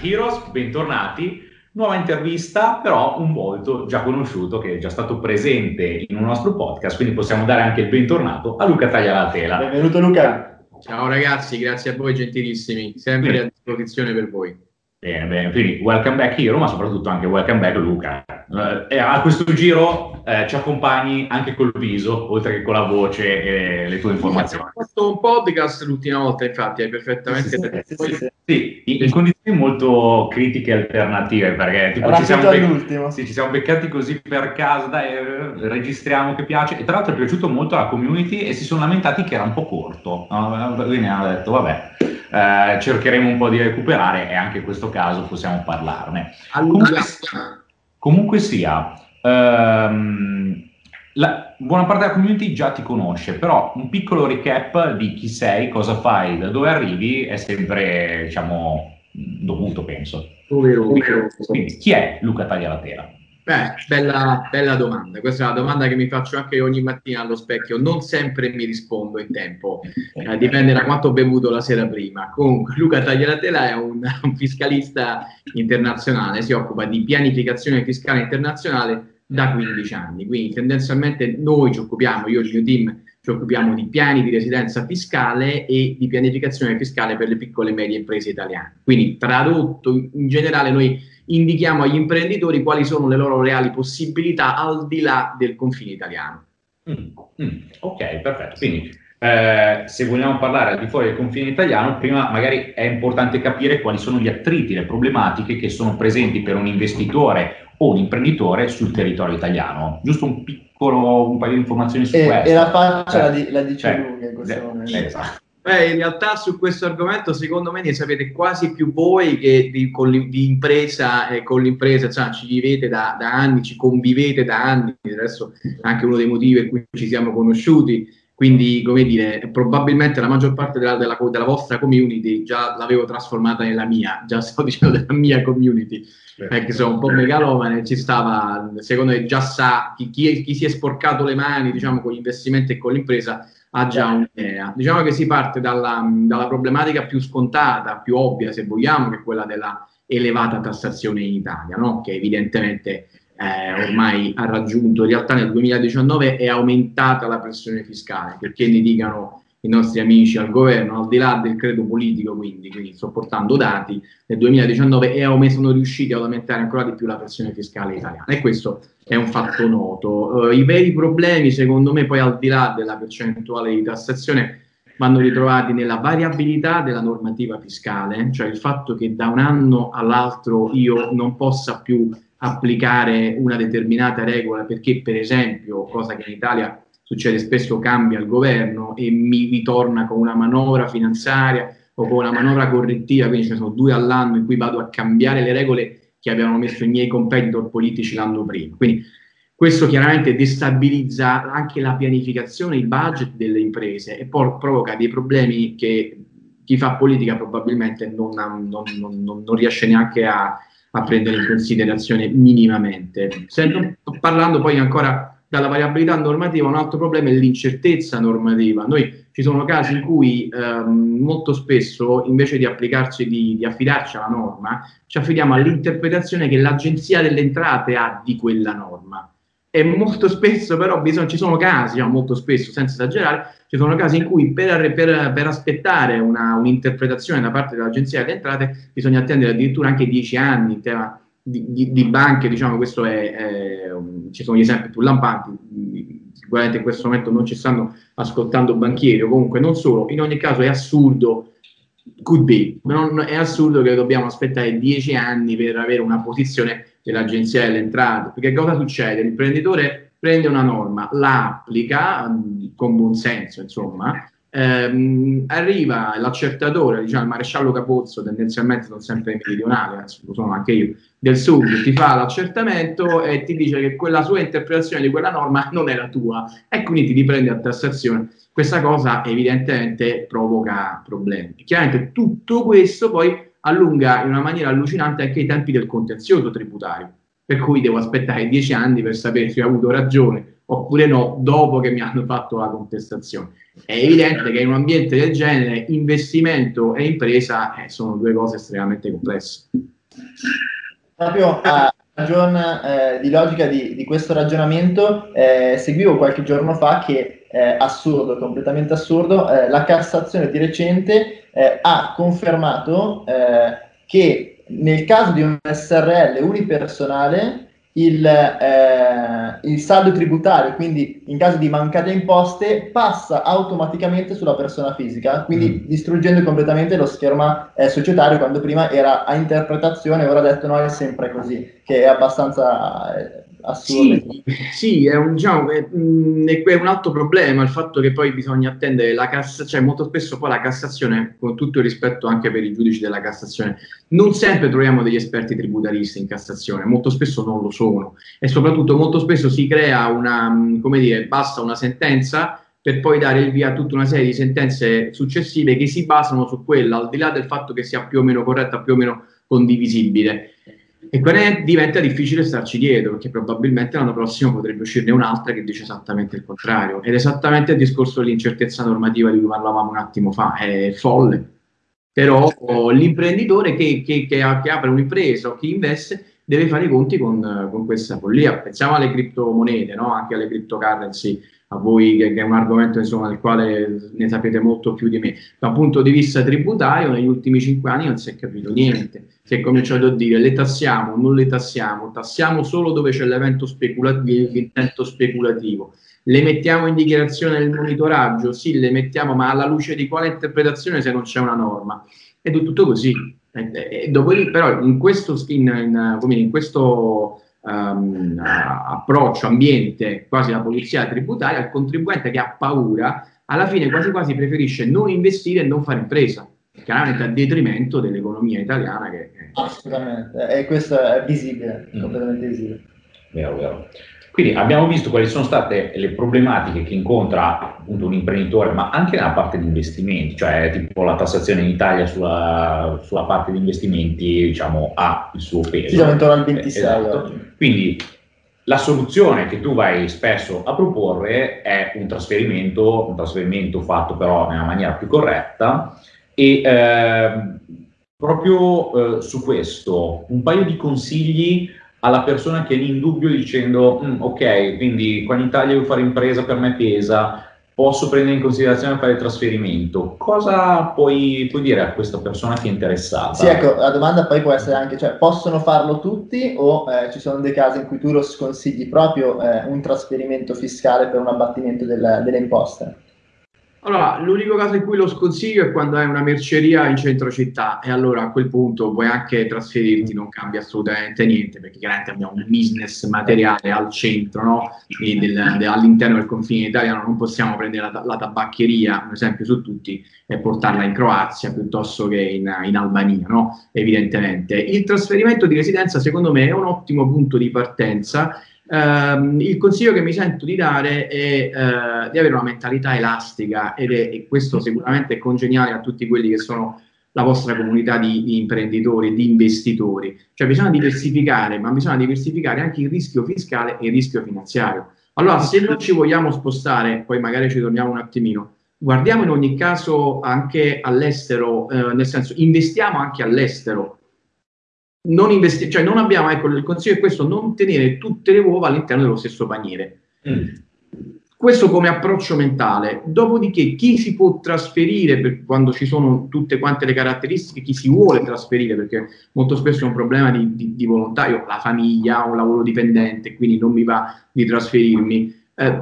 Heroes, bentornati. Nuova intervista, però un volto già conosciuto che è già stato presente in un nostro podcast, quindi possiamo dare anche il bentornato a Luca Taglialatela. Benvenuto Luca. Ciao ragazzi, grazie a voi gentilissimi, sempre a disposizione per voi. Bene, quindi welcome back Hero, ma soprattutto anche welcome back Luca. A questo giro ci accompagni anche col viso, oltre che con la voce e le tue informazioni. Ho fatto un podcast l'ultima volta, infatti, hai perfettamente sì, in condizioni molto critiche e alternative, perché tipo, ci siamo beccati così per caso, dai, registriamo che piace, e tra l'altro è piaciuto molto alla community e si sono lamentati che era un po' corto, no? Quindi hanno detto vabbè, cercheremo un po' di recuperare e anche in questo caso possiamo parlarne. Comunque sia, buona parte della community già ti conosce, però un piccolo recap di chi sei, cosa fai, da dove arrivi è sempre, diciamo, dovuto, penso. Quindi, chi è Luca Taglialatela? Bella domanda. Questa è una domanda che mi faccio anche ogni mattina allo specchio. Non sempre mi rispondo in tempo, dipende da quanto ho bevuto la sera prima. Comunque, Luca Taglialatela è un fiscalista internazionale, si occupa di pianificazione fiscale internazionale da 15 anni. Quindi, tendenzialmente, noi ci occupiamo, io e il mio team, ci occupiamo di piani di residenza fiscale e di pianificazione fiscale per le piccole e medie imprese italiane. Quindi, tradotto in generale, noi indichiamo agli imprenditori quali sono le loro reali possibilità al di là del confine italiano. Ok, perfetto. Quindi se vogliamo parlare al di fuori del confine italiano, prima magari è importante capire quali sono gli attriti, le problematiche che sono presenti per un investitore o un imprenditore sul territorio italiano. Giusto un paio di informazioni su questo. E la faccia la dice lunga in questo momento. Esatto. In realtà su questo argomento secondo me ne sapete quasi più voi che di impresa e con l'impresa, cioè, ci vivete da anni, ci convivete da anni, adesso è anche uno dei motivi per cui ci siamo conosciuti, quindi come dire, probabilmente la maggior parte della vostra community già l'avevo trasformata nella mia, già sto dicendo della mia community, che sono un po' megalomane, ci stava, secondo me già sa, chi si è sporcato le mani, diciamo, con gli investimenti e con l'impresa, ha già un'idea. Diciamo che si parte dalla problematica più scontata, più ovvia se vogliamo, che è quella della elevata tassazione in Italia, no? Che evidentemente ormai ha raggiunto, in realtà nel 2019 è aumentata la pressione fiscale, perché ne dicano i nostri amici al governo, al di là del credo politico, quindi sto portando dati, nel 2019 sono riusciti ad aumentare ancora di più la pressione fiscale italiana, e questo è un fatto noto. I veri problemi, secondo me, poi al di là della percentuale di tassazione, vanno ritrovati nella variabilità della normativa fiscale, cioè il fatto che da un anno all'altro io non possa più applicare una determinata regola perché, per esempio, cosa che in Italia succede spesso, cambia il governo e mi ritorna con una manovra finanziaria o con una manovra correttiva, quindi ce ne sono 2 all'anno in cui vado a cambiare le regole che avevano messo i miei competitor politici l'anno prima. Quindi questo chiaramente destabilizza anche la pianificazione, il budget delle imprese e poi provoca dei problemi che chi fa politica probabilmente non riesce neanche a prendere in considerazione minimamente. Parlando poi ancora dalla variabilità normativa, un altro problema è l'incertezza normativa. Ci sono casi in cui molto spesso, invece di affidarci alla norma, ci affidiamo all'interpretazione che l'Agenzia delle Entrate ha di quella norma. E molto spesso però ci sono casi, molto spesso, senza esagerare, ci sono casi in cui per aspettare un'interpretazione da parte dell'Agenzia delle Entrate bisogna attendere addirittura anche 10 anni. Tema di banche, diciamo, questo ci sono gli esempi più lampanti, sicuramente in questo momento non ci stanno ascoltando banchieri o comunque non solo, in ogni caso è assurdo, è assurdo che dobbiamo aspettare 10 anni per avere una posizione dell'Agenzia delle Entrate, perché cosa succede? L'imprenditore prende una norma, la applica con buon senso, insomma, arriva l'accertatore, diciamo il maresciallo Capozzo, tendenzialmente sono sempre meridionale, lo sono anche io, del sud, ti fa l'accertamento e ti dice che quella sua interpretazione di quella norma non è la tua e quindi ti riprende a tassazione. Questa cosa evidentemente provoca problemi. Chiaramente tutto questo poi allunga in una maniera allucinante anche i tempi del contenzioso tributario, per cui devo aspettare 10 anni per sapere se ho avuto ragione oppure no, dopo che mi hanno fatto la contestazione. È evidente che in un ambiente del genere investimento e impresa sono due cose estremamente complesse. Proprio a ragione di logica di questo ragionamento, seguivo qualche giorno fa che assurdo, completamente assurdo, la Cassazione di recente ha confermato che nel caso di un SRL unipersonale il saldo tributario, quindi in caso di mancate imposte, passa automaticamente sulla persona fisica, quindi distruggendo completamente lo schema societario, quando prima era a interpretazione, ora detto no, è sempre così, che è abbastanza assurdo. Sì, è un altro problema il fatto che poi bisogna attendere la Cassazione, cioè molto spesso poi la Cassazione, con tutto il rispetto anche per i giudici della Cassazione, non sempre troviamo degli esperti tributaristi in Cassazione, molto spesso non lo sono, e soprattutto molto spesso si crea basta una sentenza per poi dare il via a tutta una serie di sentenze successive che si basano su quella, al di là del fatto che sia più o meno corretta, più o meno condivisibile. E diventa difficile starci dietro, perché probabilmente l'anno prossimo potrebbe uscirne un'altra che dice esattamente il contrario. Ed esattamente il discorso dell'incertezza normativa di cui parlavamo un attimo fa, è folle. Però l'imprenditore che apre un'impresa o chi investe deve fare i conti con questa follia. Pensiamo alle criptomonete, no? Anche alle cryptocurrency, a voi che è un argomento insomma, del quale ne sapete molto più di me. Da un punto di vista tributario, negli ultimi 5 anni non si è capito niente. Si è cominciato a dire le tassiamo, non le tassiamo, tassiamo solo dove c'è l'evento speculativo, l'intento speculativo. Le mettiamo in dichiarazione nel monitoraggio? Sì, le mettiamo, ma alla luce di quale interpretazione se non c'è una norma? È tutto così. Però in questo approccio ambiente, quasi la polizia tributaria, il contribuente che ha paura, alla fine quasi quasi preferisce non investire e non fare impresa, chiaramente a detrimento dell'economia italiana. Assolutamente, e questo è visibile, completamente visibile. Vero. Quindi abbiamo visto quali sono state le problematiche che incontra appunto un imprenditore, ma anche nella parte di investimenti, cioè tipo la tassazione in Italia sulla parte di investimenti, diciamo, ha il suo peso. Siamo intorno al 26 esatto. Oggi. Quindi la soluzione che tu vai spesso a proporre è un trasferimento fatto però nella maniera più corretta e proprio su questo un paio di consigli alla persona che è in dubbio dicendo ok, quindi qua in Italia devo fare impresa, per me pesa, posso prendere in considerazione fare il trasferimento. Cosa puoi dire a questa persona che è interessata? Sì, ecco, la domanda poi può essere anche, cioè, possono farlo tutti o ci sono dei casi in cui tu lo sconsigli proprio un trasferimento fiscale per un abbattimento delle imposte? Allora, l'unico caso in cui lo sconsiglio è quando hai una merceria in centro città e allora a quel punto puoi anche trasferirti, non cambia assolutamente niente, perché chiaramente abbiamo un business materiale al centro, no? All'interno del confine italiano non possiamo prendere la tabaccheria, un esempio su tutti, e portarla in Croazia piuttosto che in Albania, no? Evidentemente. Il trasferimento di residenza secondo me è un ottimo punto di partenza. Il consiglio che mi sento di dare è di avere una mentalità elastica e questo sicuramente è congeniale a tutti quelli che sono la vostra comunità di imprenditori, di investitori. Cioè bisogna diversificare, ma bisogna diversificare anche il rischio fiscale e il rischio finanziario. Allora, se non ci vogliamo spostare, poi magari ci torniamo un attimino, guardiamo in ogni caso anche all'estero, nel senso investiamo anche all'estero. Non abbiamo, ecco, il consiglio è questo, non tenere tutte le uova all'interno dello stesso paniere. Questo come approccio mentale. Dopodiché chi si può trasferire quando ci sono tutte quante le caratteristiche, chi si vuole trasferire, perché molto spesso è un problema di volontà. Io ho la famiglia, ho un lavoro dipendente, quindi non mi va di trasferirmi.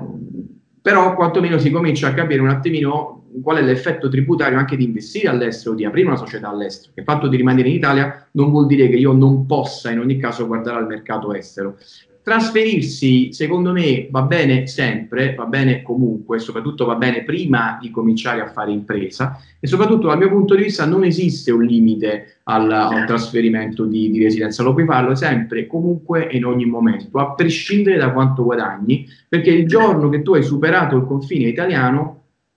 Però quantomeno si comincia a capire un attimino qual è l'effetto tributario anche di investire all'estero, di aprire una società all'estero. Il fatto di rimanere in Italia non vuol dire che io non possa in ogni caso guardare al mercato estero. Trasferirsi, secondo me, va bene sempre, va bene comunque, soprattutto va bene prima di cominciare a fare impresa e soprattutto dal mio punto di vista non esiste un limite al trasferimento di residenza, lo puoi farlo sempre, comunque e in ogni momento, a prescindere da quanto guadagni, perché il giorno che tu hai superato il confine italiano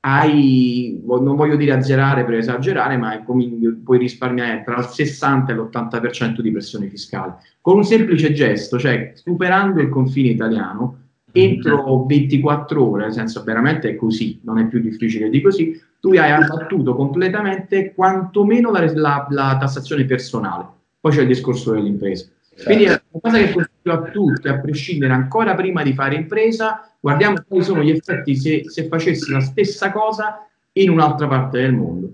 non voglio dire azzerare per esagerare, ma puoi risparmiare tra il 60 e l'80% di pressione fiscale. Con un semplice gesto, cioè superando il confine italiano, entro 24 ore, nel senso veramente è così, non è più difficile di così, tu hai abbattuto completamente quantomeno la tassazione personale. Poi c'è il discorso dell'impresa. Quindi è una cosa che consiglio a tutti, a prescindere ancora prima di fare impresa, guardiamo quali sono gli effetti se facessi la stessa cosa in un'altra parte del mondo.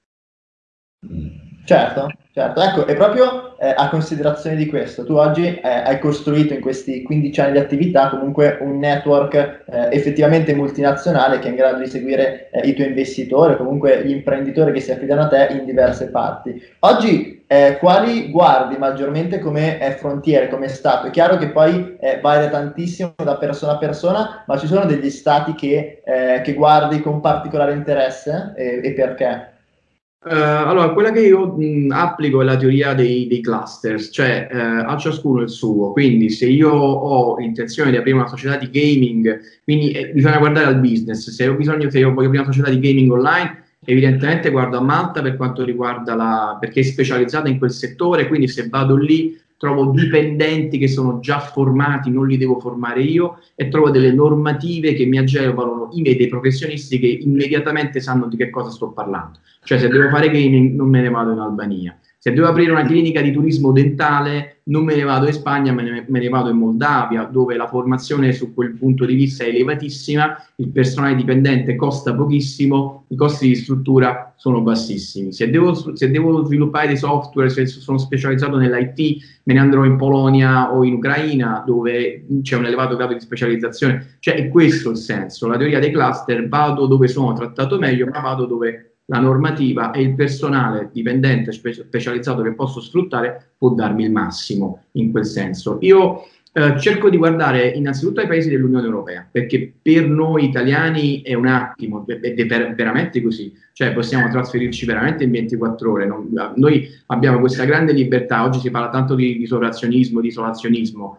Certo, certo. Ecco, e proprio a considerazione di questo, tu oggi hai costruito in questi 15 anni di attività comunque un network effettivamente multinazionale che è in grado di seguire i tuoi investitori o comunque gli imprenditori che si affidano a te in diverse parti. Oggi quali guardi maggiormente come frontiere, come Stato? È chiaro che poi varia tantissimo da persona a persona, ma ci sono degli Stati che guardi con particolare interesse e perché? Allora, quella che io applico è la teoria dei clusters, cioè a ciascuno il suo. Quindi se io ho intenzione di aprire una società di gaming, quindi bisogna guardare al business. Se io voglio aprire una società di gaming online, evidentemente guardo a Malta per quanto riguarda perché è specializzata in quel settore, quindi se vado lì trovo dipendenti che sono già formati, non li devo formare io, e trovo delle normative che mi agevolano dei professionisti che immediatamente sanno di che cosa sto parlando. Cioè, se devo fare gaming non me ne vado in Albania. Se devo aprire una clinica di turismo dentale non me ne vado in Spagna, me ne vado in Moldavia, dove la formazione su quel punto di vista è elevatissima, il personale dipendente costa pochissimo, i costi di struttura sono bassissimi. Se devo sviluppare dei software, se sono specializzato nell'IT, me ne andrò in Polonia o in Ucraina, dove c'è un elevato grado di specializzazione. Cioè, è questo il senso. La teoria dei cluster: vado dove sono trattato meglio, ma vado dove la normativa e il personale dipendente specializzato che posso sfruttare può darmi il massimo in quel senso. Io cerco di guardare innanzitutto ai paesi dell'Unione Europea, perché per noi italiani è un attimo, ed è veramente così, cioè possiamo trasferirci veramente in 24 ore. Noi abbiamo questa grande libertà, oggi si parla tanto di sovrazionismo, di isolazionismo.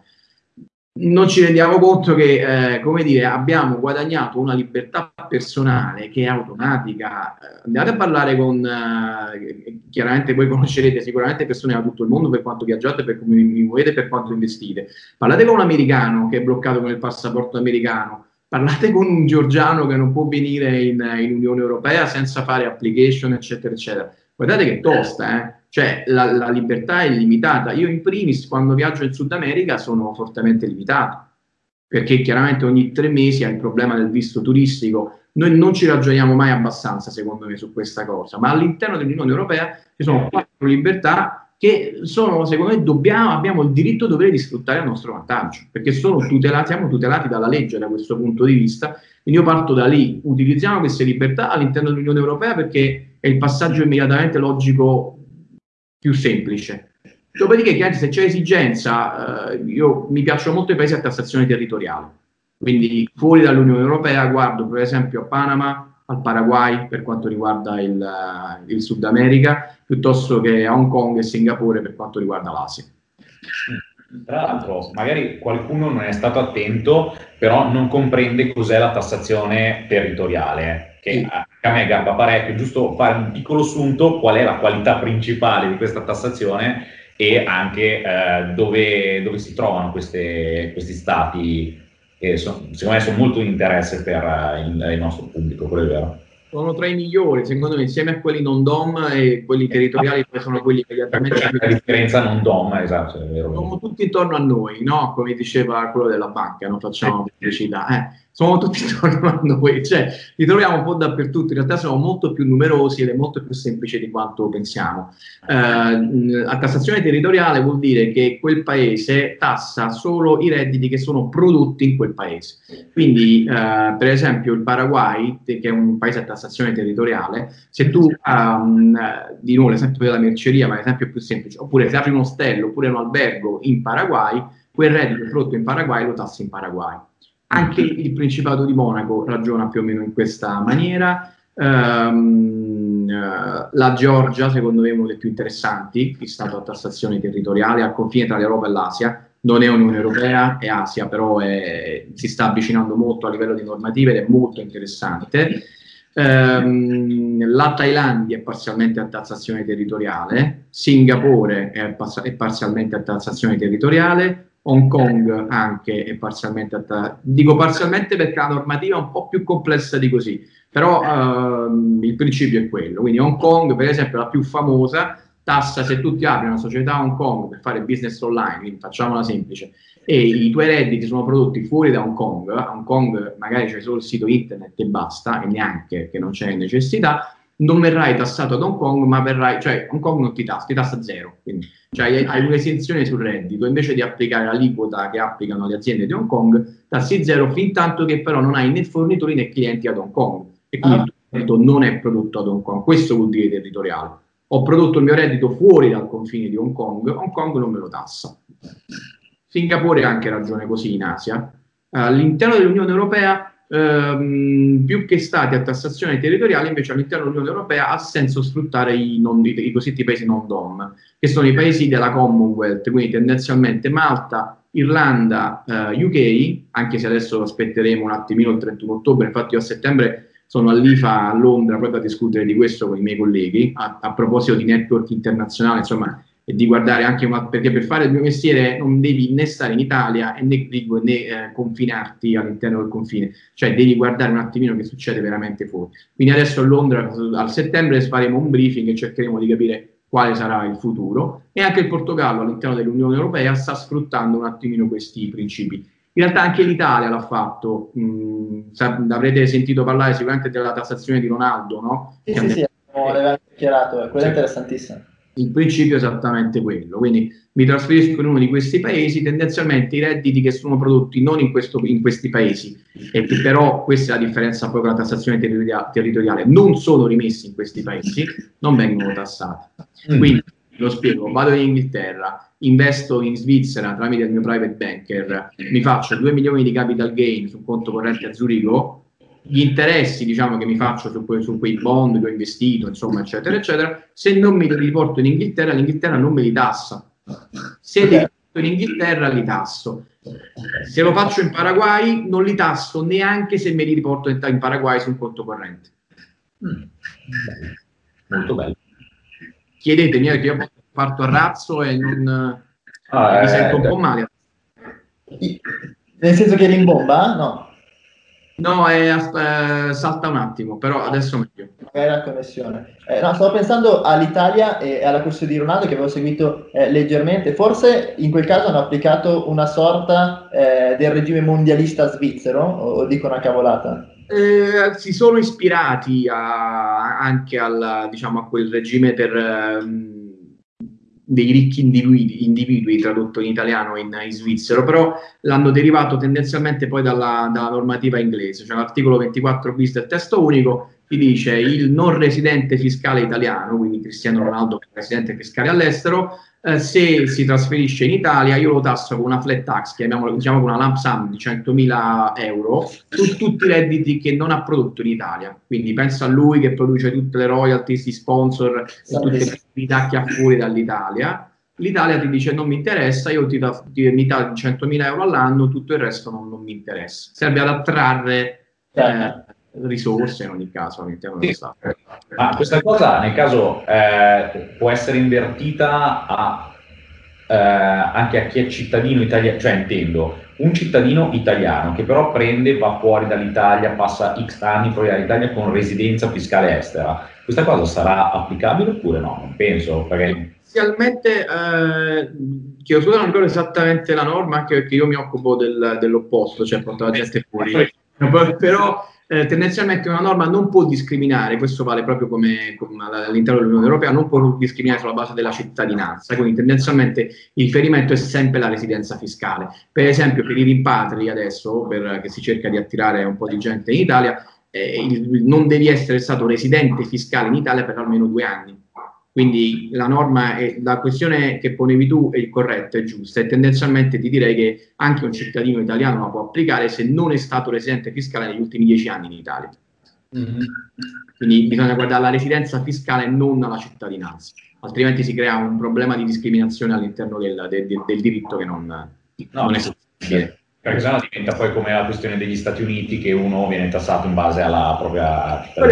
Non ci rendiamo conto che, come dire, abbiamo guadagnato una libertà personale che è automatica. Andate a parlare con, chiaramente voi conoscerete sicuramente persone da tutto il mondo per quanto viaggiate, per come vi muovete, per quanto investite. Parlate con un americano che è bloccato con il passaporto americano, parlate con un georgiano che non può venire in Unione Europea senza fare application, eccetera, eccetera. Guardate che tosta, cioè la libertà è limitata. Io in primis quando viaggio in Sud America sono fortemente limitato, perché chiaramente ogni 3 mesi hai il problema del visto turistico. Noi non ci ragioniamo mai abbastanza, secondo me, su questa cosa, ma all'interno dell'Unione Europea ci sono 4 libertà che sono, secondo me, abbiamo il diritto e dovere di sfruttare a nostro vantaggio, perché siamo tutelati dalla legge da questo punto di vista. Quindi io parto da lì, utilizziamo queste libertà all'interno dell'Unione Europea perché è il passaggio immediatamente logico più semplice. Dopodiché, chiaramente, se c'è esigenza, mi piacciono molto i paesi a tassazione territoriale, quindi fuori dall'Unione Europea guardo per esempio a Panama, al Paraguay per quanto riguarda il Sud America, piuttosto che a Hong Kong e Singapore per quanto riguarda l'Asia. Tra l'altro, magari qualcuno non è stato attento, però non comprende cos'è la tassazione territoriale, che a me gabba parecchio, giusto fare un piccolo sunto, qual è la qualità principale di questa tassazione e anche dove si trovano questi stati che secondo me sono molto di interesse per il nostro pubblico, quello è vero. Sono tra i migliori, secondo me, insieme a quelli non DOM e quelli territoriali, poi sono quelli immediatamente. La differenza non DOM, esatto, è vero. Sono tutti intorno a noi, no? Come diceva quello della banca, non facciamo pubblicità. Sono tutti intorno a noi, cioè li troviamo un po' dappertutto, in realtà sono molto più numerosi ed è molto più semplice di quanto pensiamo. A tassazione territoriale vuol dire che quel paese tassa solo i redditi che sono prodotti in quel paese. Quindi, per esempio, il Paraguay, che è un paese a tassazione territoriale, se tu, di nuovo l'esempio della merceria, ma l'esempio più semplice, oppure se apri un ostello oppure un albergo in Paraguay, quel reddito prodotto in Paraguay lo tassi in Paraguay. Anche il Principato di Monaco ragiona più o meno in questa maniera. La Georgia, secondo me, è uno dei più interessanti, il stato a tassazione territoriale al confine tra l'Europa e l'Asia. Non è Unione Europea, è Asia, però si sta avvicinando molto a livello di normative ed è molto interessante. La Thailandia è parzialmente a tassazione territoriale, Singapore è parzialmente a tassazione territoriale, Hong Kong anche è parzialmente dico parzialmente perché la normativa è un po' più complessa di così, però il principio è quello. Quindi Hong Kong, per esempio, la più famosa, tassa se tu ti apri una società a Hong Kong per fare business online, quindi facciamola semplice, e i tuoi redditi sono prodotti fuori da Hong Kong, a Hong Kong magari c'è solo il sito internet e basta, e neanche che non c'è necessità, non verrai tassato ad Hong Kong, ma verrai, cioè Hong Kong non ti tassa zero, quindi cioè, hai un'esenzione sul reddito, invece di applicare l'aliquota che applicano le aziende di Hong Kong, tassi zero fin tanto che però non hai né fornitori né clienti ad Hong Kong, e quindi il tuo reddito non è prodotto ad Hong Kong. Questo vuol dire territoriale. Ho prodotto il mio reddito fuori dal confine di Hong Kong non me lo tassa. Singapore ha anche ragione così in Asia. All'interno dell'Unione Europea, più che stati a tassazione territoriale, invece all'interno dell'Unione Europea ha senso sfruttare i cosiddetti paesi non DOM, che sono i paesi della Commonwealth, quindi tendenzialmente Malta, Irlanda, UK, anche se adesso aspetteremo un attimino il 31 ottobre, infatti io a settembre sono all'IFA a Londra proprio a discutere di questo con i miei colleghi, a proposito di network internazionale, insomma, e di guardare anche perché per fare il mio mestiere non devi né stare in Italia e né confinarti all'interno del confine, cioè devi guardare un attimino che succede veramente fuori. Quindi adesso a Londra al settembre faremo un briefing e cercheremo di capire quale sarà il futuro, e anche il Portogallo all'interno dell'Unione Europea sta sfruttando un attimino questi principi. In realtà anche l'Italia l'ha fatto, avrete sentito parlare sicuramente della tassazione di Ronaldo, no? Sì, l'avevamo chiarato, quello è interessantissimo. Il principio è esattamente quello, quindi mi trasferisco in uno di questi paesi, tendenzialmente i redditi che sono prodotti non in questi paesi, e che però questa è la differenza poi con la tassazione territoriale, non sono rimessi in questi paesi, non vengono tassati. Quindi lo spiego, vado in Inghilterra, investo in Svizzera tramite il mio private banker, mi faccio 2 milioni di capital gain sul conto corrente a Zurigo, gli interessi, diciamo, che mi faccio su quei bond che ho investito, insomma, eccetera, eccetera, se non me li riporto in Inghilterra, l'Inghilterra non me li tassa. Se li riporto in Inghilterra, li tasso. Se lo faccio in Paraguay, non li tasso neanche se me li riporto in Paraguay su un conto corrente. Molto bello. Chiedetemi, perché io parto a razzo e non mi sento un po' male. Nel senso che eri in bomba? No. No, salta un attimo, però adesso meglio. Magari la connessione. No, stavo pensando all'Italia e alla corsa di Ronaldo, che avevo seguito leggermente. Forse in quel caso hanno applicato una sorta del regime mondialista svizzero, o dico una cavolata? Si sono ispirati anche diciamo, a quel regime dei ricchi individui tradotto in italiano in svizzero, però l'hanno derivato tendenzialmente poi dalla normativa inglese, cioè l'articolo 24 bis del testo unico ti dice il non residente fiscale italiano, quindi Cristiano Ronaldo che è residente fiscale all'estero, se si trasferisce in Italia io lo tasso con una flat tax, diciamo con una lump sum di 100.000 euro su tutti i redditi che non ha prodotto in Italia. Quindi pensa a lui che produce tutte le royalties, i sponsor e tutte le attività che ha fuori dall'Italia. L'Italia ti dice non mi interessa, io mi taglio 100.000 euro all'anno, tutto il resto non mi interessa. Serve ad attrarre risorse in ogni caso all'interno dello Stato. Ma questa cosa nel caso può essere invertita anche a chi è cittadino italiano, cioè intendo un cittadino italiano che però va fuori dall'Italia, passa X anni fuori dall'Italia con residenza fiscale estera. Questa cosa sarà applicabile oppure no? Non penso, perché inizialmente chiedo scusa, non ricordo esattamente la norma, anche perché io mi occupo dell'opposto, cioè portare la gente fuori, però tendenzialmente una norma non può discriminare, questo vale proprio come all'interno dell'Unione Europea, non può discriminare sulla base della cittadinanza, quindi tendenzialmente il riferimento è sempre la residenza fiscale. Per esempio per i rimpatri adesso, che si cerca di attirare un po' di gente in Italia, non devi essere stato residente fiscale in Italia per almeno 2 anni. Quindi la norma, la questione che ponevi tu è corretta, è giusta, e tendenzialmente ti direi che anche un cittadino italiano la può applicare se non è stato residente fiscale negli ultimi 10 anni in Italia. Quindi bisogna guardare la residenza fiscale e non la cittadinanza, altrimenti si crea un problema di discriminazione all'interno del diritto che non è sostenibile. Perché sennò diventa poi come la questione degli Stati Uniti, che uno viene tassato in base alla propria cittadinanza.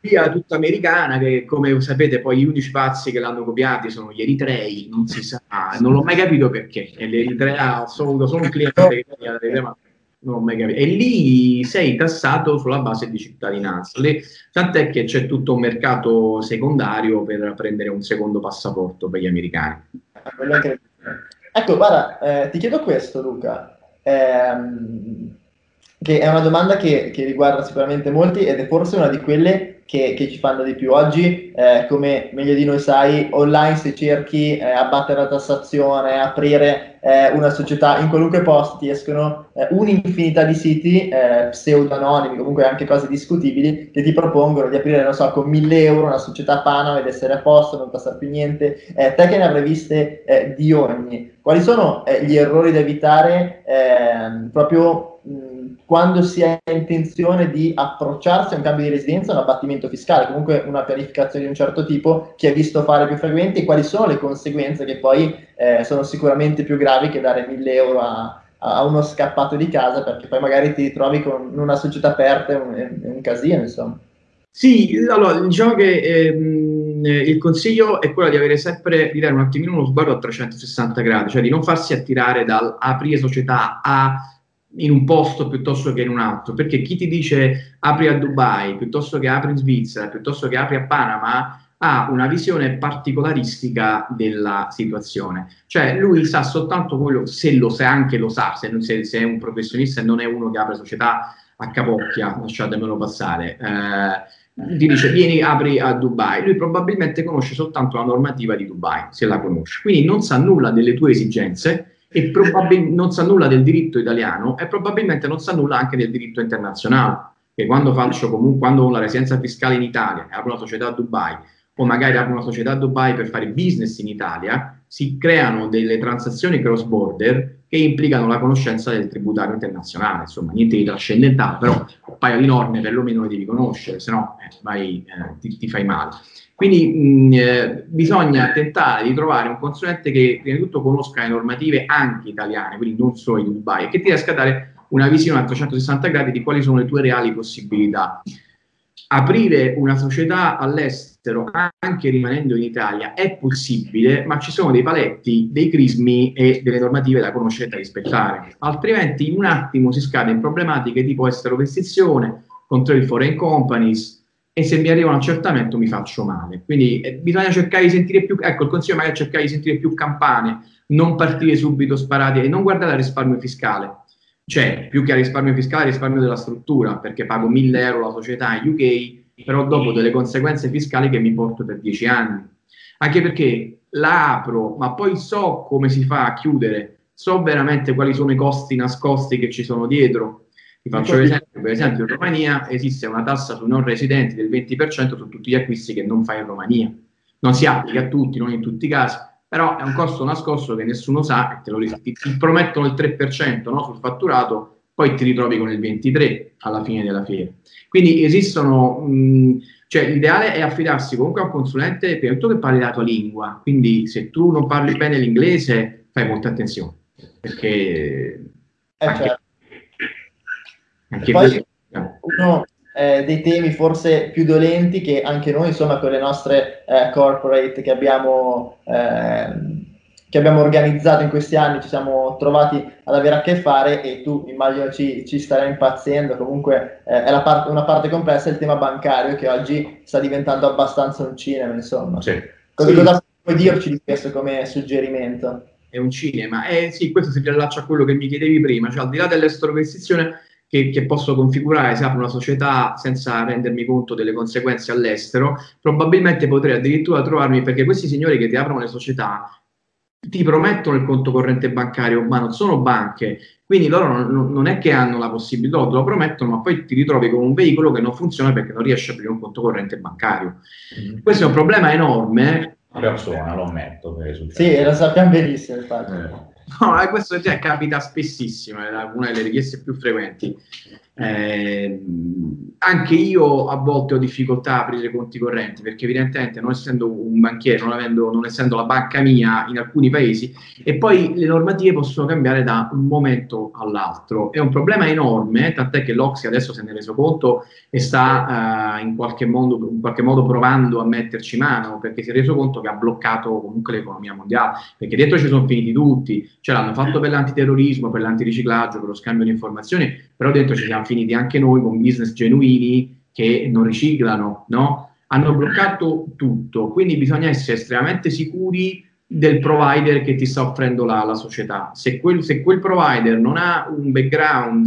via tutta americana, che come sapete poi gli unici pazzi che l'hanno copiati sono gli eritrei, non si sa, non l'ho mai capito perché, e l'Eritrea, ho avuto solo un cliente che ma non l'ho mai capito, e lì sei tassato sulla base di cittadinanza, tant'è che c'è tutto un mercato secondario per prendere un secondo passaporto per gli americani. Ecco, guarda, ti chiedo questo, Luca, che è una domanda che riguarda sicuramente molti ed è forse una di quelle che ci fanno di più. Oggi, come meglio di noi sai, online se cerchi abbattere la tassazione, aprire una società, in qualunque posto ti escono un'infinità di siti pseudo-anonimi, comunque anche cose discutibili, che ti propongono di aprire, non so, con 1.000 euro una società Panama ed essere a posto, non passare più niente. Te che ne avrai viste di ogni, quali sono gli errori da evitare proprio quando si ha intenzione di approcciarsi a un cambio di residenza, un abbattimento fiscale, comunque una pianificazione di un certo tipo che è visto fare più frequenti, e quali sono le conseguenze che poi sono sicuramente più gravi che dare 1.000 euro a uno scappato di casa, perché poi magari ti ritrovi con una società aperta e un casino, insomma. Sì, allora diciamo che il consiglio è quello di avere sempre, di dare un attimino uno sguardo a 360 gradi, cioè di non farsi attirare dal aprire società in un posto piuttosto che in un altro, perché chi ti dice apri a Dubai piuttosto che apri in Svizzera, piuttosto che apri a Panama, ha una visione particolaristica della situazione, cioè lui sa soltanto quello, se anche lo sa, se è un professionista e non è uno che apre società a capocchia, lasciatemelo passare, ti dice vieni, apri a Dubai, lui probabilmente conosce soltanto la normativa di Dubai, se la conosce, quindi non sa nulla delle tue esigenze e non sa nulla del diritto italiano e probabilmente non sa nulla anche del diritto internazionale, che quando ho la residenza fiscale in Italia e apro una società a Dubai, o magari apro una società a Dubai per fare business in Italia, si creano delle transazioni cross border che implicano la conoscenza del tributario internazionale, insomma niente di trascendentale, però un paio di norme perlomeno le devi conoscere, se no ti fai male. Quindi bisogna tentare di trovare un consulente che prima di tutto conosca le normative anche italiane, quindi non solo di Dubai, e che ti riesca a dare una visione a 360 gradi di quali sono le tue reali possibilità. Aprire una società all'estero, anche rimanendo in Italia, è possibile, ma ci sono dei paletti, dei crismi e delle normative da conoscere e da rispettare. Altrimenti in un attimo si scade in problematiche tipo estero-vestizione, controlli foreign companies, e se mi arriva un accertamento mi faccio male. Quindi bisogna cercare di sentire più, ecco il consiglio magari è cercare di sentire più campane, non partire subito sparati e non guardare al risparmio fiscale. Cioè, più che al risparmio fiscale, risparmio della struttura, perché pago 1.000 euro la società in UK, però dopo delle conseguenze fiscali che mi porto per 10 anni. Anche perché la apro, ma poi so come si fa a chiudere, so veramente quali sono i costi nascosti che ci sono dietro. Vi faccio l'esempio, per esempio in Romania esiste una tassa sui non residenti del 20% su tutti gli acquisti che non fai in Romania. Non si applica a tutti, non in tutti i casi, però è un costo nascosto che nessuno sa, ti promettono il 3%, no, sul fatturato, poi ti ritrovi con il 23% alla fine della fiera. Quindi esistono, cioè l'ideale è affidarsi comunque a un consulente, prima di tutto che parli la tua lingua, quindi se tu non parli bene l'inglese fai molta attenzione, perché anche poi uno dei temi forse più dolenti che anche noi, insomma, con le nostre corporate che abbiamo organizzato in questi anni ci siamo trovati ad avere a che fare, e tu immagino ci starai impazzendo, comunque è una parte complessa, il tema bancario, che oggi sta diventando abbastanza un cinema, insomma. Sì. Cosa puoi dirci di questo come suggerimento? È un cinema, sì, questo si riallaccia a quello che mi chiedevi prima, cioè al di là dell'estero-investizione che posso configurare se apro una società senza rendermi conto delle conseguenze all'estero, probabilmente potrei addirittura trovarmi, perché questi signori che ti aprono le società ti promettono il conto corrente bancario, ma non sono banche, quindi loro non è che hanno la possibilità, te lo promettono, ma poi ti ritrovi con un veicolo che non funziona perché non riesci a aprire un conto corrente bancario. Questo è un problema enorme. Persona, lo ammetto. Sì, lo sappiamo benissimo, infatti. No, questo capita spessissimo, è una delle richieste più frequenti. Anche io a volte ho difficoltà a aprire conti correnti, perché evidentemente non essendo un banchiere, non essendo la banca mia in alcuni paesi, e poi le normative possono cambiare da un momento all'altro. È un problema enorme, tant'è che l'Ocse adesso se ne è reso conto e sta in qualche modo provando a metterci mano, perché si è reso conto che ha bloccato comunque l'economia mondiale, perché dentro ci sono finiti tutti, ce l'hanno fatto per l'antiterrorismo, per l'antiriciclaggio, per lo scambio di informazioni, però dentro ci siamo finiti anche noi con business genuini che non riciclano, no? Hanno bloccato tutto, quindi bisogna essere estremamente sicuri del provider che ti sta offrendo la società. Se quel provider non ha un background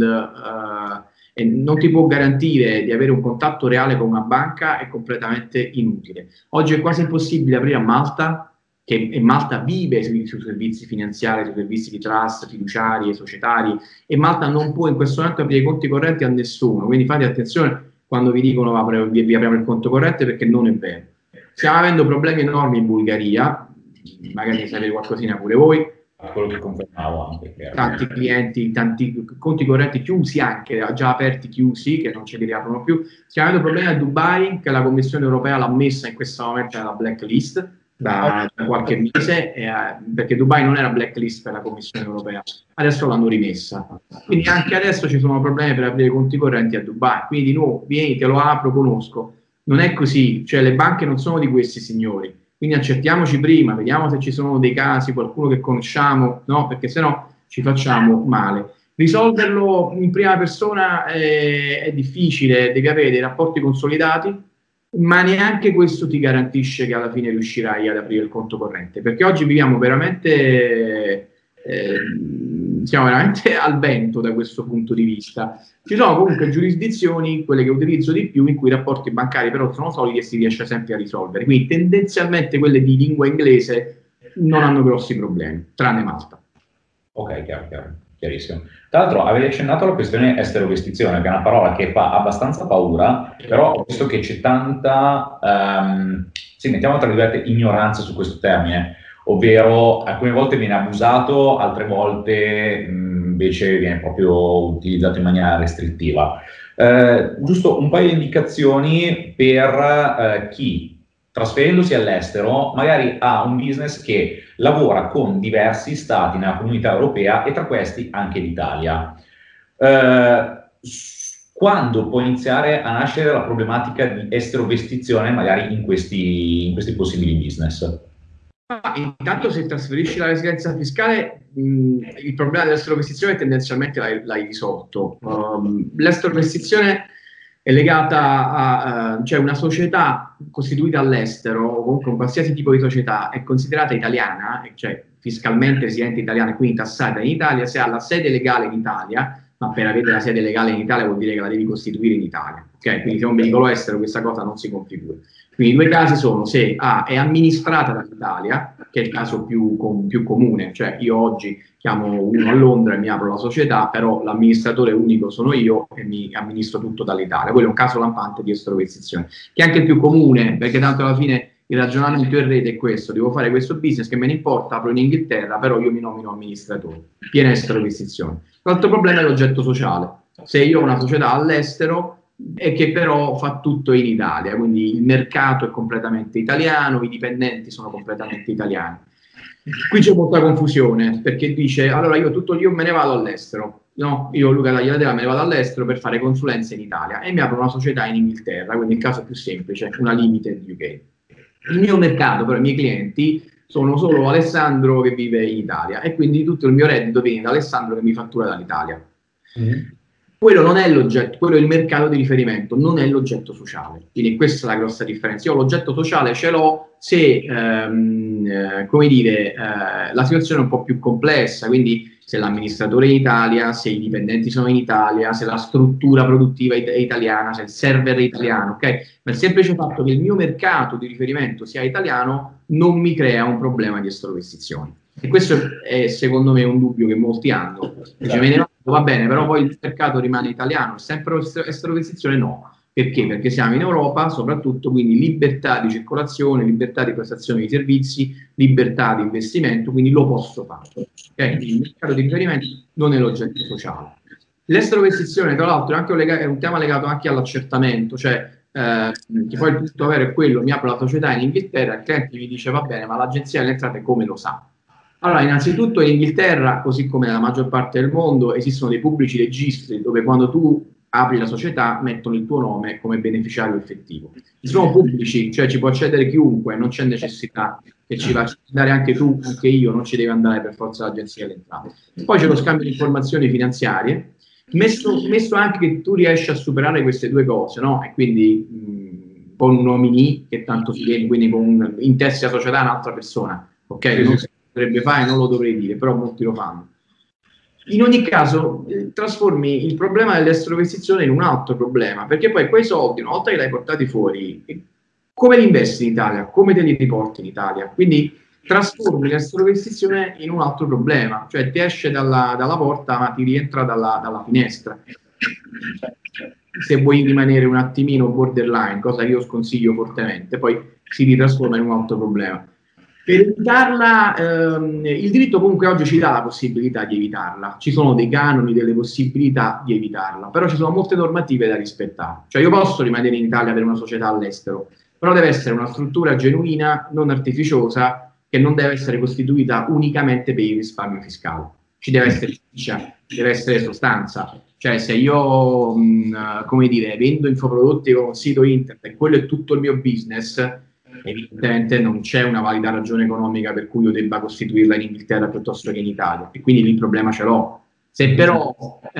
e non ti può garantire di avere un contatto reale con una banca, è completamente inutile. Oggi è quasi impossibile aprire a Malta, e Malta vive sui servizi finanziari, sui servizi di trust, fiduciari e societari, e Malta non può in questo momento aprire i conti correnti a nessuno, quindi fate attenzione quando vi dicono vi apriamo il conto corrente, perché non è vero. Stiamo avendo problemi enormi in Bulgaria, magari ne sapete qualcosina pure voi. Quello che confermavo anche. Tanti clienti, tanti conti correnti chiusi, anche già aperti chiusi, che non ce li riaprono più. Stiamo avendo problemi a Dubai, che la Commissione europea l'ha messa in questo momento nella blacklist da qualche mese, perché Dubai non era blacklist per la Commissione europea, adesso l'hanno rimessa, quindi anche adesso ci sono problemi per aprire conti correnti a Dubai. Quindi di nuovo, vieni, te lo apro, conosco, non è così, cioè le banche non sono di questi signori, quindi accertiamoci prima, vediamo se ci sono dei casi, qualcuno che conosciamo, no, perché sennò ci facciamo male. Risolverlo in prima persona è difficile, devi avere dei rapporti consolidati, ma neanche questo ti garantisce che alla fine riuscirai ad aprire il conto corrente, perché oggi viviamo veramente, siamo veramente al vento da questo punto di vista. Ci sono comunque giurisdizioni, quelle che utilizzo di più, in cui i rapporti bancari però sono solidi e si riesce sempre a risolvere, quindi tendenzialmente quelle di lingua inglese non hanno grossi problemi, tranne Malta. Ok, chiaro. Chiarissimo. Tra l'altro avevi accennato alla questione esterovestizione, che è una parola che fa abbastanza paura, però ho visto che c'è tanta, mettiamo tra virgolette, ignoranza su questo termine, ovvero alcune volte viene abusato, altre volte invece viene proprio utilizzato in maniera restrittiva. Giusto un paio di indicazioni per chi, trasferendosi all'estero, magari ha un business che lavora con diversi stati nella comunità europea e tra questi anche l'Italia. Quando può iniziare a nascere la problematica di esterovestizione magari in questi possibili business? Intanto se trasferisci la residenza fiscale, il problema dell'esterovestizione tendenzialmente l'hai risolto. L'esterovestizione è legata a cioè una società costituita all'estero, o comunque un qualsiasi tipo di società, è considerata italiana, cioè fiscalmente residente italiana e quindi tassata in Italia, se ha la sede legale in Italia, ma per avere la sede legale in Italia vuol dire che la devi costituire in Italia. Okay? Quindi se è un veicolo estero questa cosa non si configura. Quindi i due casi sono se A è amministrata dall'Italia, che è il caso più comune, cioè io oggi chiamo uno a Londra e mi apro la società, però l'amministratore unico sono io e mi amministro tutto dall'Italia. Quello è un caso lampante di esterovestizione, che è anche il più comune, perché tanto alla fine il ragionamento in rete è questo: devo fare questo business, che me ne importa, apro in Inghilterra, però io mi nomino amministratore. Piena esterovestizione. L'altro problema è l'oggetto sociale. Se io ho una società all'estero e che però fa tutto in Italia, quindi il mercato è completamente italiano, i dipendenti sono completamente italiani. Qui c'è molta confusione, perché dice, allora io me ne vado all'estero, no? Io Luca Tagliatella me ne vado all'estero per fare consulenze in Italia e mi apro una società in Inghilterra, quindi il caso più semplice, una limited UK. Il mio mercato, però i miei clienti sono solo Alessandro che vive in Italia e quindi tutto il mio reddito viene da Alessandro che mi fattura dall'Italia. Quello non è l'oggetto, quello è il mercato di riferimento, non è l'oggetto sociale. Quindi questa è la grossa differenza. Io l'oggetto sociale ce l'ho se, come dire, la situazione è un po' più complessa, quindi se l'amministratore è in Italia, se i dipendenti sono in Italia, se la struttura produttiva è italiana, se il server è italiano, ok? Ma il semplice fatto che il mio mercato di riferimento sia italiano non mi crea un problema di esterovestizione. E questo è secondo me un dubbio che molti hanno. Dice, me ne vado, va bene, però poi il mercato rimane italiano, è sempre esterovestizione? No. Perché? Perché siamo in Europa, soprattutto, quindi libertà di circolazione, libertà di prestazione di servizi, libertà di investimento, quindi lo posso fare. Okay? Il mercato di riferimento non è l'oggetto sociale. L'estrovestizione, tra l'altro, è, anche è un tema legato anche all'accertamento, cioè che poi il punto vero è quello: mi apro la società in Inghilterra, il cliente mi dice va bene, ma l'agenzia delle entrate come lo sa? Allora, innanzitutto in Inghilterra, così come nella maggior parte del mondo, esistono dei pubblici registri dove quando tu apri la società mettono il tuo nome come beneficiario effettivo. Sono pubblici, cioè ci può accedere chiunque, non c'è necessità che ci vai a andare anche tu, anche io, non ci deve andare per forza l'agenzia delle entrate. Poi c'è lo scambio di informazioni finanziarie, messo anche che tu riesci a superare queste due cose, no? E quindi con un nominee, che tanto si viene, quindi con intessi a società un'altra persona, ok? Non si potrebbe fare, non lo dovrei dire, però molti lo fanno. In ogni caso, trasformi il problema dell'estrovestizione in un altro problema, perché poi quei soldi, una volta che li hai portati fuori, come li investi in Italia? Come te li riporti in Italia? Quindi trasformi l'estrovestizione in un altro problema, cioè ti esce dalla porta ma ti rientra dalla finestra. Se vuoi rimanere un attimino borderline, cosa che io sconsiglio fortemente, poi si ritrasforma in un altro problema. Per evitarla, il diritto comunque oggi ci dà la possibilità di evitarla, ci sono dei canoni, delle possibilità di evitarla, però ci sono molte normative da rispettare. Cioè io posso rimanere in Italia per una società all'estero, però deve essere una struttura genuina, non artificiosa, che non deve essere costituita unicamente per il risparmio fiscale. Ci deve essere fiducia, deve essere sostanza. Cioè se io, come dire, vendo infoprodotti con un sito internet e quello è tutto il mio business, evidentemente non c'è una valida ragione economica per cui io debba costituirla in Inghilterra piuttosto che in Italia, e quindi lì il problema ce l'ho. Se però,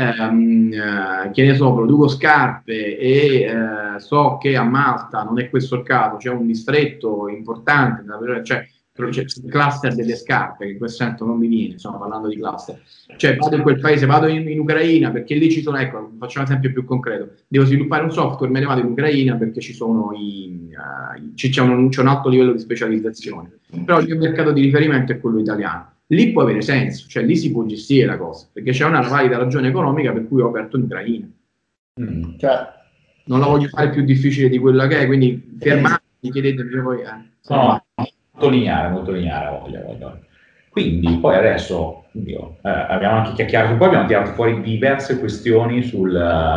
che ne so, produco scarpe e so che a Malta non è questo il caso, c'è un distretto importante, cioè c'è il cluster delle scarpe, che in questo senso non mi viene, stiamo parlando di cluster, cioè vado in quel paese, vado in Ucraina perché lì ci sono, ecco, faccio un esempio più concreto, devo sviluppare un software, me ne vado in Ucraina perché ci sono c'è un alto livello di specializzazione, però il mio mercato di riferimento è quello italiano. Lì può avere senso, cioè lì si può gestire la cosa, perché c'è una valida ragione economica per cui ho aperto in Ucraina. Cioè, non la voglio fare più difficile di quella che è, quindi fermatevi, chiedetemi poi. No, molto lineare, voglio. Quindi poi adesso abbiamo anche chiacchierato, poi abbiamo tirato fuori diverse questioni sul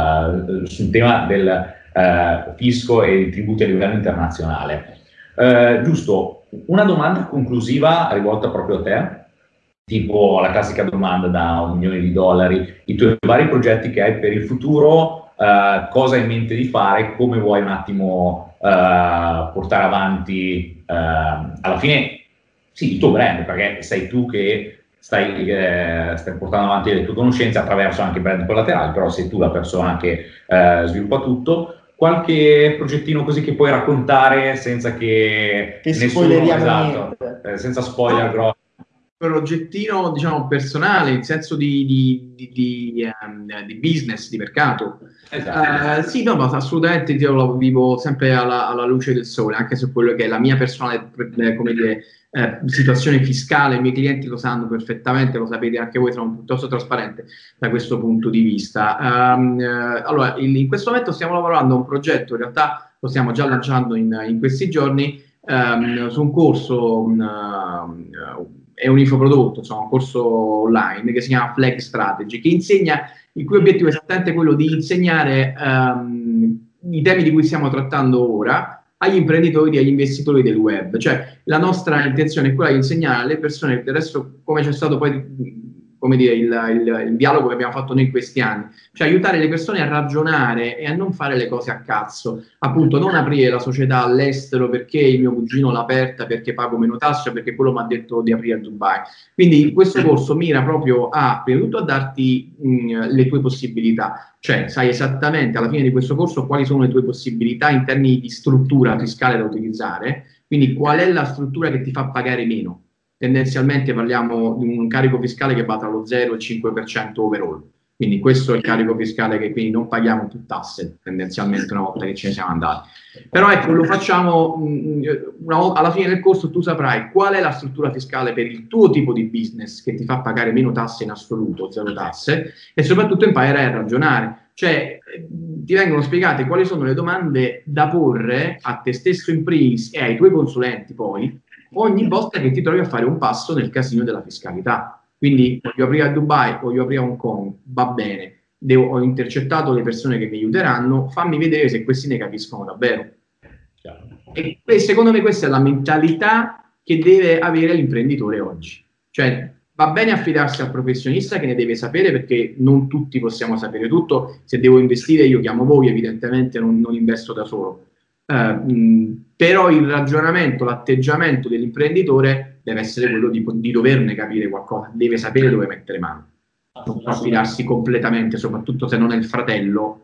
tema del fisco e i tributi a livello internazionale. Giusto, una domanda conclusiva rivolta proprio a te, tipo la classica domanda da $1 milione, i tuoi vari progetti che hai per il futuro, cosa hai in mente di fare, come vuoi un attimo portare avanti alla fine sì, il tuo brand, perché sei tu che stai portando avanti le tue conoscenze attraverso anche brand collaterali, però sei tu la persona che sviluppa tutto. Qualche progettino così che puoi raccontare senza che nessuno, esatto, senza spoiler grossi. Progettino, diciamo, personale, in senso di business, di mercato. Esatto. Sì, no, ma assolutamente io lo vivo sempre alla luce del sole, anche su quello che è la mia personale, come dire, situazione fiscale. I miei clienti lo sanno perfettamente, lo sapete anche voi, sono piuttosto trasparente da questo punto di vista. Allora, in questo momento stiamo lavorando a un progetto, in realtà lo stiamo già lanciando in questi giorni, su un corso, è un infoprodotto, insomma, un corso online che si chiama Flag Strategy, che insegna, il cui obiettivo è esattamente quello di insegnare i temi di cui stiamo trattando ora agli imprenditori e agli investitori del web. Cioè la nostra intenzione è quella di insegnare alle persone, del resto come c'è stato poi, come dire, il dialogo che abbiamo fatto noi in questi anni, cioè aiutare le persone a ragionare e a non fare le cose a cazzo, appunto non aprire la società all'estero perché il mio cugino l'ha aperta, perché pago meno tasse, perché quello mi ha detto di aprire a Dubai. Quindi questo corso mira proprio a, prima di tutto, a darti le tue possibilità, cioè sai esattamente alla fine di questo corso quali sono le tue possibilità in termini di struttura fiscale da utilizzare, quindi qual è la struttura che ti fa pagare meno. Tendenzialmente parliamo di un carico fiscale che va tra lo 0 e il 5% overall, quindi questo è il carico fiscale che quindi non paghiamo più tasse tendenzialmente una volta che ce ne siamo andati. Però ecco, lo facciamo alla fine del corso, tu saprai qual è la struttura fiscale per il tuo tipo di business che ti fa pagare meno tasse in assoluto, 0 tasse, e soprattutto imparerai a ragionare. Cioè ti vengono spiegate quali sono le domande da porre a te stesso in primis e ai tuoi consulenti poi, ogni volta che ti trovi a fare un passo nel casino della fiscalità. Quindi voglio aprire a Dubai, voglio aprire a Hong Kong, va bene. ho intercettato le persone che mi aiuteranno, fammi vedere se questi ne capiscono davvero. E secondo me questa è la mentalità che deve avere l'imprenditore oggi. Cioè, va bene affidarsi al professionista che ne deve sapere, perché non tutti possiamo sapere tutto. Se devo investire io chiamo voi, evidentemente non investo da solo. Però il ragionamento, l'atteggiamento dell'imprenditore deve essere quello di doverne capire qualcosa, deve sapere dove mettere mano, non può affidarsi completamente, soprattutto se non è il fratello,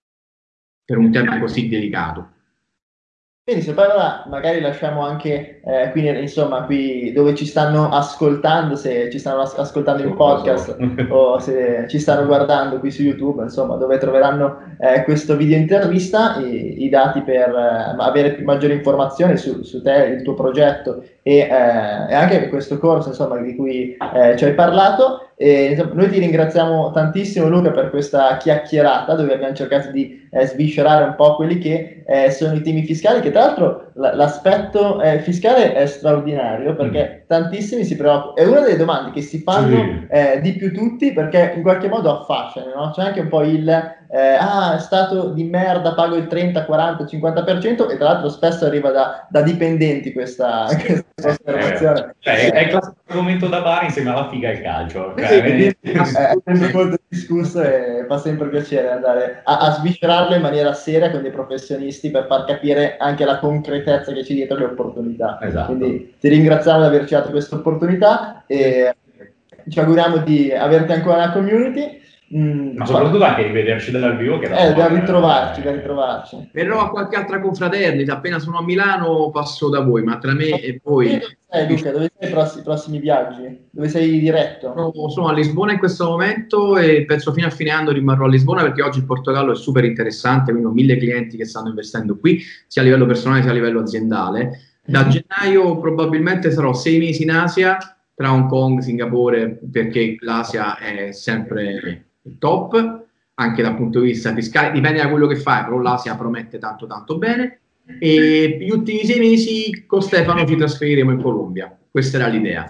per un tema così delicato. Benissimo, poi allora magari lasciamo anche qui, insomma, qui dove ci stanno ascoltando, se ci stanno ascoltando in podcast o se ci stanno guardando qui su YouTube, insomma, dove troveranno questo video intervista, i dati per avere maggiori informazioni su te, il tuo progetto e anche questo corso, insomma, di cui ci hai parlato. E, insomma, noi ti ringraziamo tantissimo, Luca, per questa chiacchierata dove abbiamo cercato di sviscerare un po' quelli che sono i temi fiscali, che tra l'altro l'aspetto fiscale è straordinario, perché tantissimi si preoccupano, è una delle domande che si fanno di più tutti, perché in qualche modo affasciano, no? C'è anche un po' il è stato di merda, pago il 30, 40, 50%, e tra l'altro spesso arriva da dipendenti questa osservazione. È il classico argomento da bar insieme alla figa e al calcio. È sempre molto discusso e fa sempre piacere andare a sviscerarlo in maniera seria con dei professionisti per far capire anche la concretezza che c'è dietro le opportunità. Esatto. Quindi ti ringraziamo di averci dato questa opportunità e ci auguriamo di averti ancora nella community. Ma soprattutto anche di vederci dal vivo, che da ritrovarci. Verrò a qualche altra confraternita, appena sono a Milano passo da voi, ma tra me e voi... Luca, dove sei i prossimi viaggi? Dove sei diretto? Sono a Lisbona in questo momento e penso fino a fine anno rimarrò a Lisbona, perché oggi il Portogallo è super interessante, quindi ho 1000 clienti che stanno investendo qui, sia a livello personale sia a livello aziendale. Da gennaio probabilmente sarò 6 mesi in Asia, tra Hong Kong, Singapore, perché l'Asia è sempre top, anche dal punto di vista fiscale, dipende da quello che fai, però l'Asia promette tanto bene. E gli ultimi 6 mesi con Stefano ci trasferiremo in Colombia. Questa era l'idea.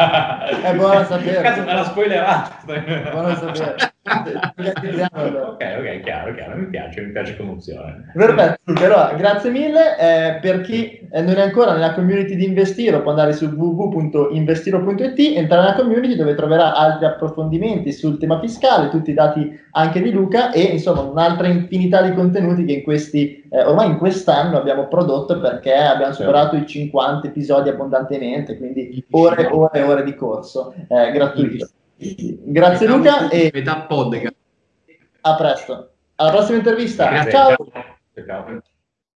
È buono sapere. Cazzo, me l'ha spoilerato. Buono sapere. Ok, chiaro, mi piace come opzione. Perfetto, allora, grazie mille. Per chi non è ancora nella community di Investiro, può andare su www.investiro.it, entrare nella community dove troverà altri approfondimenti sul tema fiscale, tutti i dati anche di Luca e insomma un'altra infinità di contenuti che in questi ormai in quest'anno abbiamo prodotto, perché abbiamo superato i 50 episodi abbondantemente, quindi ore e ore di corso gratuito. Grazie Luca e metà podcast. a presto, alla prossima intervista. Grazie, Ciao. ciao.